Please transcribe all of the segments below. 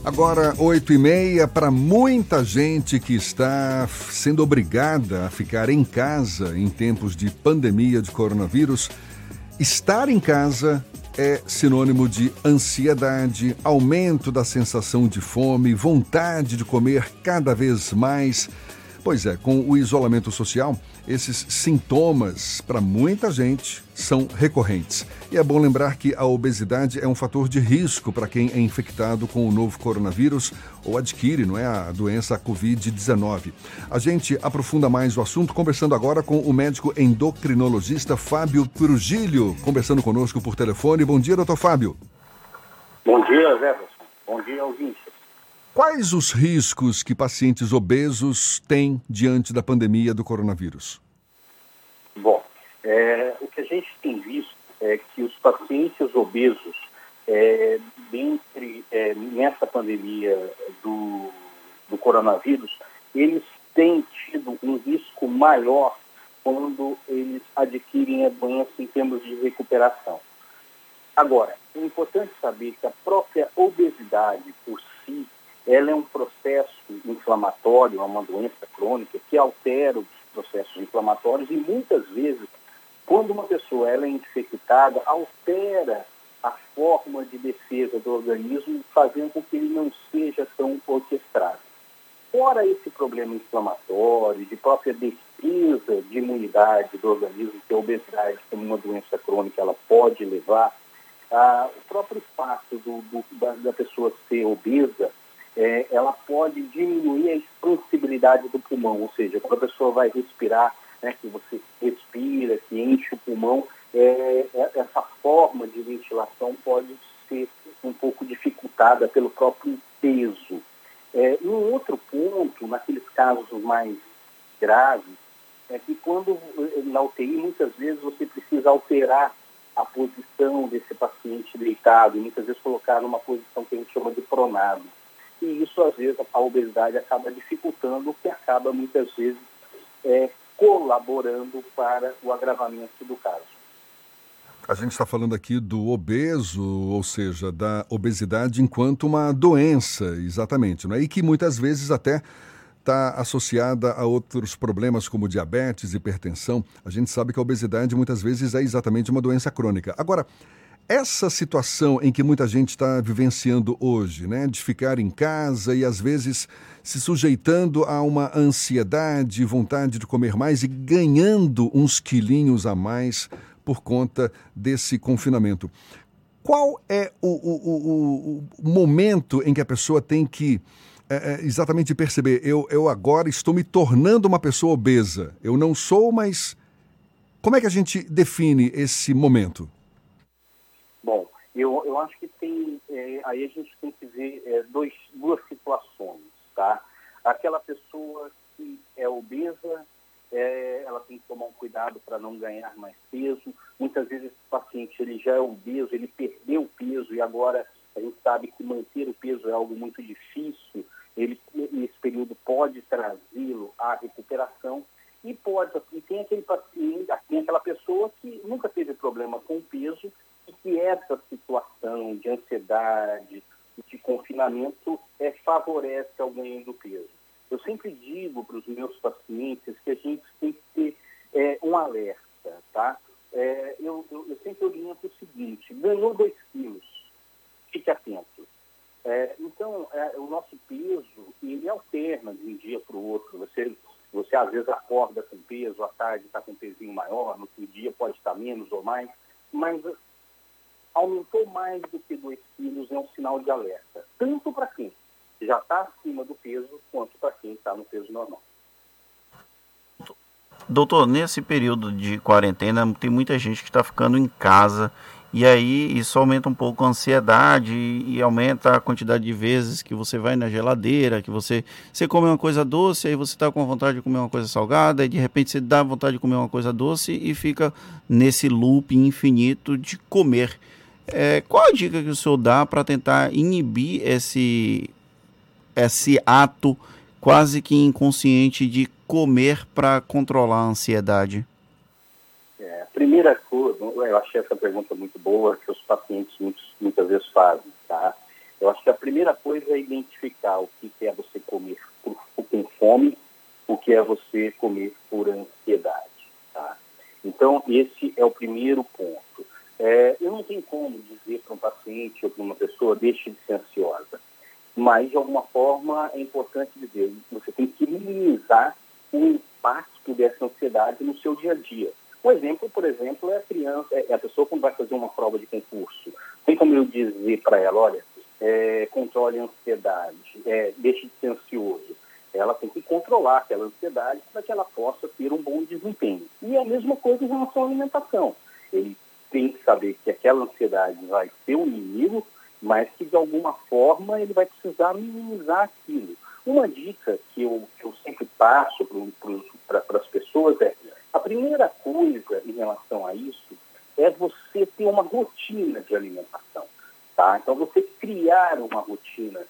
Agora, 8h30, para muita gente que está sendo obrigada a ficar em casa em tempos de pandemia de coronavírus, estar em casa é sinônimo de ansiedade, aumento da sensação de fome, vontade de comer cada vez mais. Pois é, com o isolamento social, esses sintomas, para muita gente, são recorrentes. E é bom lembrar que a obesidade é um fator de risco para quem é infectado com o novo coronavírus ou adquire, a doença Covid-19. A gente aprofunda mais o assunto conversando agora com o médico endocrinologista Fábio Trujillo, conversando conosco por telefone. Bom dia, doutor Fábio. Bom dia, Jefferson. Bom dia, ouvinte. Quais os riscos que pacientes obesos têm diante da pandemia do coronavírus? Bom, o que a gente tem visto é que os pacientes obesos, nessa pandemia do coronavírus, eles têm tido um risco maior quando eles adquirem a doença em termos de recuperação. Agora, é importante saber que a própria obesidade por si, ela é um processo inflamatório, é uma doença crônica que altera os processos inflamatórios e muitas vezes, quando uma pessoa ela é infectada, altera a forma de defesa do organismo, fazendo com que ele não seja tão orquestrado. Fora esse problema inflamatório, de própria defesa de imunidade do organismo, que a obesidade, como uma doença crônica, ela pode levar, o próprio fato da pessoa ser obesa, ela pode diminuir a expansibilidade do pulmão, ou seja, quando a pessoa vai respirar, que você respira, que enche o pulmão, essa forma de ventilação pode ser um pouco dificultada pelo próprio peso. E um outro ponto, naqueles casos mais graves, é que quando na UTI, muitas vezes você precisa alterar a posição desse paciente deitado, e muitas vezes colocar numa posição que a gente chama de pronado. E isso, às vezes, a obesidade acaba dificultando, o que acaba, muitas vezes, colaborando para o agravamento do caso. A gente está falando aqui do obeso, ou seja, da obesidade enquanto uma doença, exatamente, não é? E que muitas vezes até está associada a outros problemas como diabetes, hipertensão. A gente sabe que a obesidade muitas vezes é exatamente uma doença crônica. Agora, essa situação em que muita gente está vivenciando hoje, de ficar em casa e às vezes se sujeitando a uma ansiedade, vontade de comer mais e ganhando uns quilinhos a mais por conta desse confinamento. Qual é o momento em que a pessoa tem que exatamente perceber, eu agora estou me tornando uma pessoa obesa, eu não sou, mas como é que a gente define esse momento? Bom, eu acho que tem, aí a gente tem que ver duas situações, tá? Aquela pessoa que é obesa, ela tem que tomar um cuidado para não ganhar mais peso. Muitas vezes esse paciente ele já é obeso, ele perdeu o peso e agora a gente sabe que manter o peso é algo muito difícil. Nesse período pode trazê-lo à recuperação e tem aquele paciente, tem aquela pessoa que nunca teve problema com o peso e que essa situação de ansiedade, de confinamento, favorece ao ganho do peso. Eu sempre digo para os meus pacientes que a gente tem que ter um alerta, tá? Eu sempre oriento o seguinte: ganhou 2 quilos, fique atento. Então, o nosso peso, ele alterna de um dia para o outro. Você às vezes acorda com peso, à tarde está com um pezinho maior, no outro dia pode estar menos ou mais, mas aumentou mais do que 2 quilos é um sinal de alerta, tanto para quem já está acima do peso, quanto para quem está no peso normal. Doutor, nesse período de quarentena, tem muita gente que está ficando em casa, e aí isso aumenta um pouco a ansiedade e aumenta a quantidade de vezes que você vai na geladeira, que você come uma coisa doce, aí você está com vontade de comer uma coisa salgada, e de repente você dá vontade de comer uma coisa doce e fica nesse loop infinito de comer. Qual a dica que o senhor dá para tentar inibir esse ato quase que inconsciente de comer para controlar a ansiedade? A primeira coisa, eu achei essa pergunta muito boa, que os pacientes muitas vezes fazem, tá? Eu acho que a primeira coisa é identificar o que é você comer com fome, o que é você comer por ansiedade, tá? Então, esse é o primeiro ponto. Eu não tenho como dizer para um paciente ou para uma pessoa, deixe de ser ansiosa, mas, de alguma forma, é importante dizer, você tem que minimizar o impacto dessa ansiedade no seu dia a dia. Um exemplo, por exemplo, é a criança, é a pessoa quando vai fazer uma prova de concurso. Tem como eu dizer para ela, olha, controle a ansiedade, deixe de ser ansioso. Ela tem que controlar aquela ansiedade para que ela possa ter um bom desempenho. E a mesma coisa em relação à alimentação. Ele tem que saber que aquela ansiedade vai ser um inimigo, mas que de alguma forma ele vai precisar minimizar aquilo. Uma dica que eu sempre passo para as pessoas a primeira coisa em relação a isso é você ter uma rotina de alimentação, tá? Então você criar uma rotina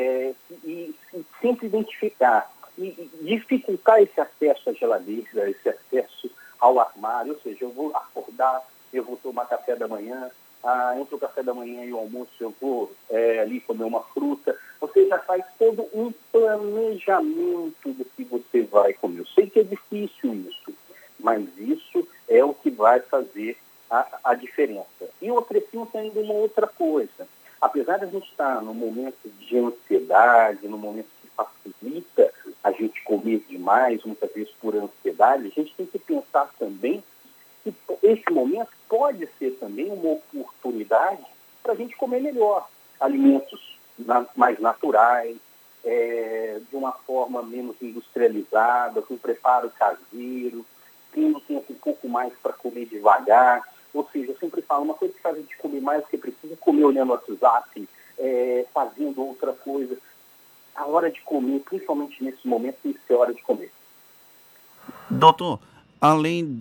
e sempre identificar e dificultar esse acesso à geladeira, esse acesso ao armário, ou seja, eu vou acordar, eu vou tomar café da manhã, entre o café da manhã e o almoço eu vou ali comer uma fruta. Você já faz todo um planejamento do que você vai comer. Eu sei que é difícil isso, mas isso é o que vai fazer a diferença. E eu acrescento ainda uma outra coisa. Apesar de a gente estar num momento de ansiedade, num momento que facilita a gente comer demais, muitas vezes por ansiedade, a gente tem que pensar também que esse momento pode ser também uma oportunidade para a gente comer melhor. Alimentos mais naturais, de uma forma menos industrializada, com preparo caseiro, tendo tempo um pouco mais para comer devagar. Ou seja, eu sempre falo, uma coisa que faz a gente comer mais do que precisa, comer olhando o WhatsApp, fazendo outra coisa. A hora de comer, principalmente nesse momento, tem que ser hora de comer. Doutor, além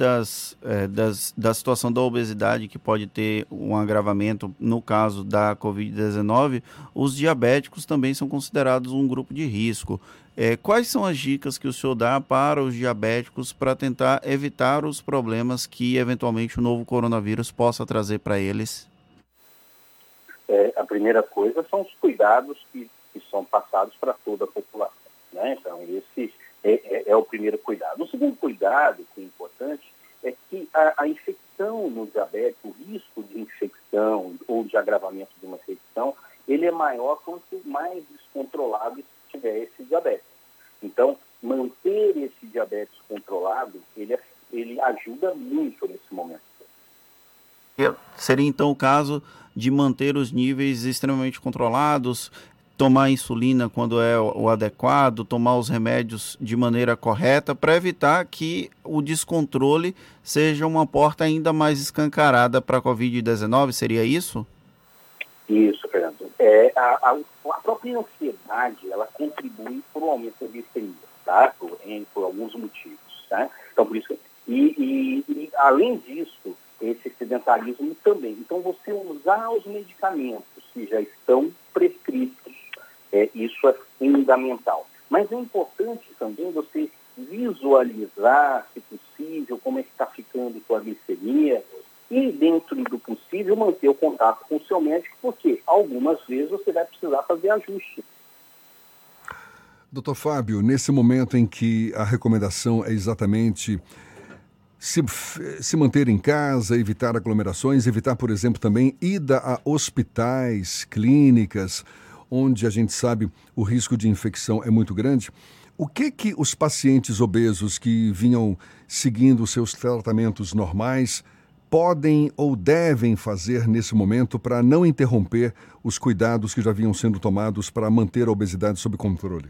da situação da obesidade, que pode ter um agravamento no caso da Covid-19, os diabéticos também são considerados um grupo de risco. Quais são as dicas que o senhor dá para os diabéticos para tentar evitar os problemas que, eventualmente, o novo coronavírus possa trazer para eles? A primeira coisa são os cuidados que são passados para toda a população, né? Então, esse é o primeiro cuidado. O segundo cuidado, que é importante, é que a infecção no diabetes, o risco de infecção ou de agravamento de uma infecção, ele é maior quanto mais descontrolado tiver esse diabetes. Então, manter esse diabetes controlado, ele ajuda muito nesse momento. Seria, então, o caso de manter os níveis extremamente controlados, tomar insulina quando é o adequado, tomar os remédios de maneira correta, para evitar que o descontrole seja uma porta ainda mais escancarada para a Covid-19, seria isso? Isso, Fernando. A própria ansiedade, ela contribui para o aumento da glicemia, tá? Por alguns motivos, tá? Então, por isso... E além disso, esse sedentarismo também. Então, você usar os medicamentos que já estão prescritos, isso é fundamental. Mas é importante também você visualizar, se possível, como é que está ficando com a glicemia e, dentro do possível, manter o contato com o seu médico, porque algumas vezes você vai precisar fazer ajuste. Doutor Fábio, nesse momento em que a recomendação é exatamente se manter em casa, evitar aglomerações, evitar, por exemplo, também ida a hospitais, clínicas, onde a gente sabe o risco de infecção é muito grande, o que os pacientes obesos que vinham seguindo os seus tratamentos normais podem ou devem fazer nesse momento para não interromper os cuidados que já vinham sendo tomados para manter a obesidade sob controle?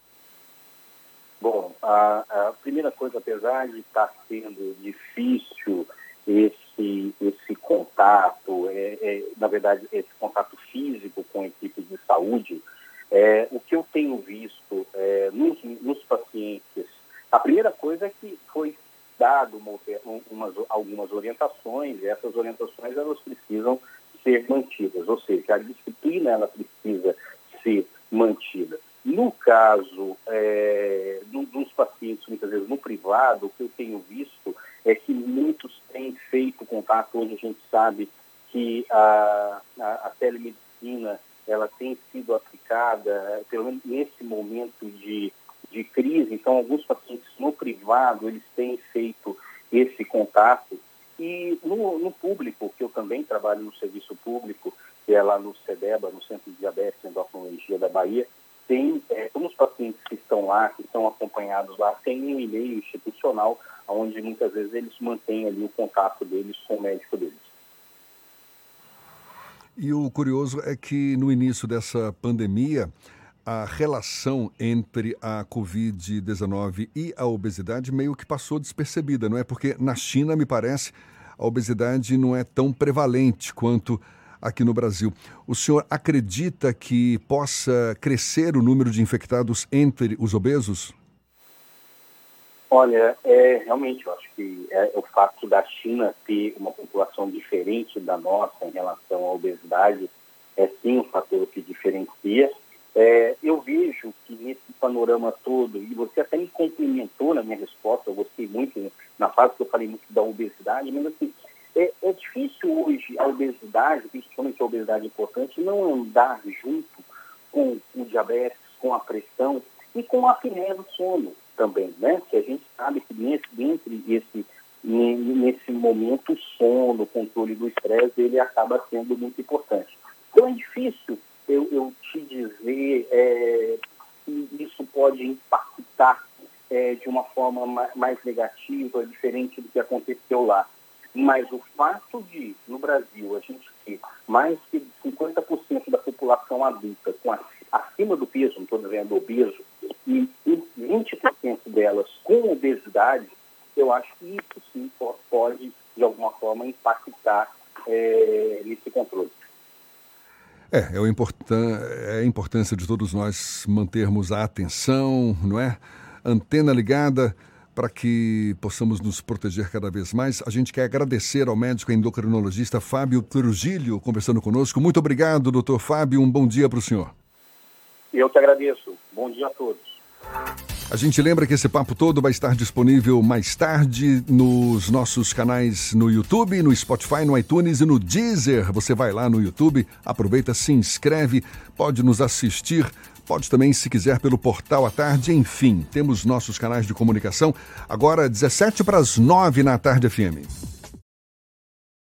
Bom, a primeira coisa, apesar de estar sendo difícil esse contato, na verdade, esse contato físico com a equipe de saúde, o que eu tenho visto nos pacientes, a primeira coisa é que foi dado algumas orientações, e essas orientações elas precisam ser mantidas, ou seja, a disciplina ela precisa ser mantida. No caso dos pacientes, muitas vezes no privado, o que eu tenho visto é que muitos têm feito contato. Hoje a gente sabe que a telemedicina ela tem sido aplicada, pelo menos nesse momento de crise. Então, alguns pacientes no privado, eles têm feito esse contato. E no público, que eu também trabalho no serviço público, que é lá no CEDEBA, no Centro de Diabetes e Endocrinologia da Bahia, tem, como os pacientes que estão lá, que estão acompanhados lá, tem um e-mail institucional, onde muitas vezes eles mantêm ali o contato deles com o médico deles. E o curioso é que no início dessa pandemia, a relação entre a Covid-19 e a obesidade meio que passou despercebida, não é? Porque na China, me parece, a obesidade não é tão prevalente quanto aqui no Brasil. O senhor acredita que possa crescer o número de infectados entre os obesos? Olha, realmente, eu acho que o fato da China ter uma população diferente da nossa em relação à obesidade é sim um fator que diferencia. Eu vejo que nesse panorama todo, e você até me cumprimentou na minha resposta, eu gostei muito na fase que eu falei muito da obesidade, mas assim, é difícil hoje a obesidade, principalmente a obesidade importante, não andar junto com o diabetes, com a pressão e com a apneia do sono também, né? Que a gente sabe que nesse momento o sono, o controle do estresse, ele acaba sendo muito importante. Então é difícil eu te dizer que isso pode impactar de uma forma mais negativa, diferente do que aconteceu lá. Mas o fato de, no Brasil, a gente ter mais de 50% da população adulta acima do peso, não estou dizendo obeso, e 20% delas com obesidade, eu acho que isso sim pode, de alguma forma, impactar nesse controle. É a importância de todos nós mantermos a atenção, não é? Antena ligada para que possamos nos proteger cada vez mais. A gente quer agradecer ao médico endocrinologista Fábio Trujillo conversando conosco. Muito obrigado, doutor Fábio. Um bom dia para o senhor. Eu que agradeço. Bom dia a todos. A gente lembra que esse papo todo vai estar disponível mais tarde nos nossos canais no YouTube, no Spotify, no iTunes e no Deezer. Você vai lá no YouTube, aproveita, se inscreve, pode nos assistir, pode também, se quiser, pelo Portal à Tarde. Enfim, temos nossos canais de comunicação. Agora, 7:17 na Tarde FM.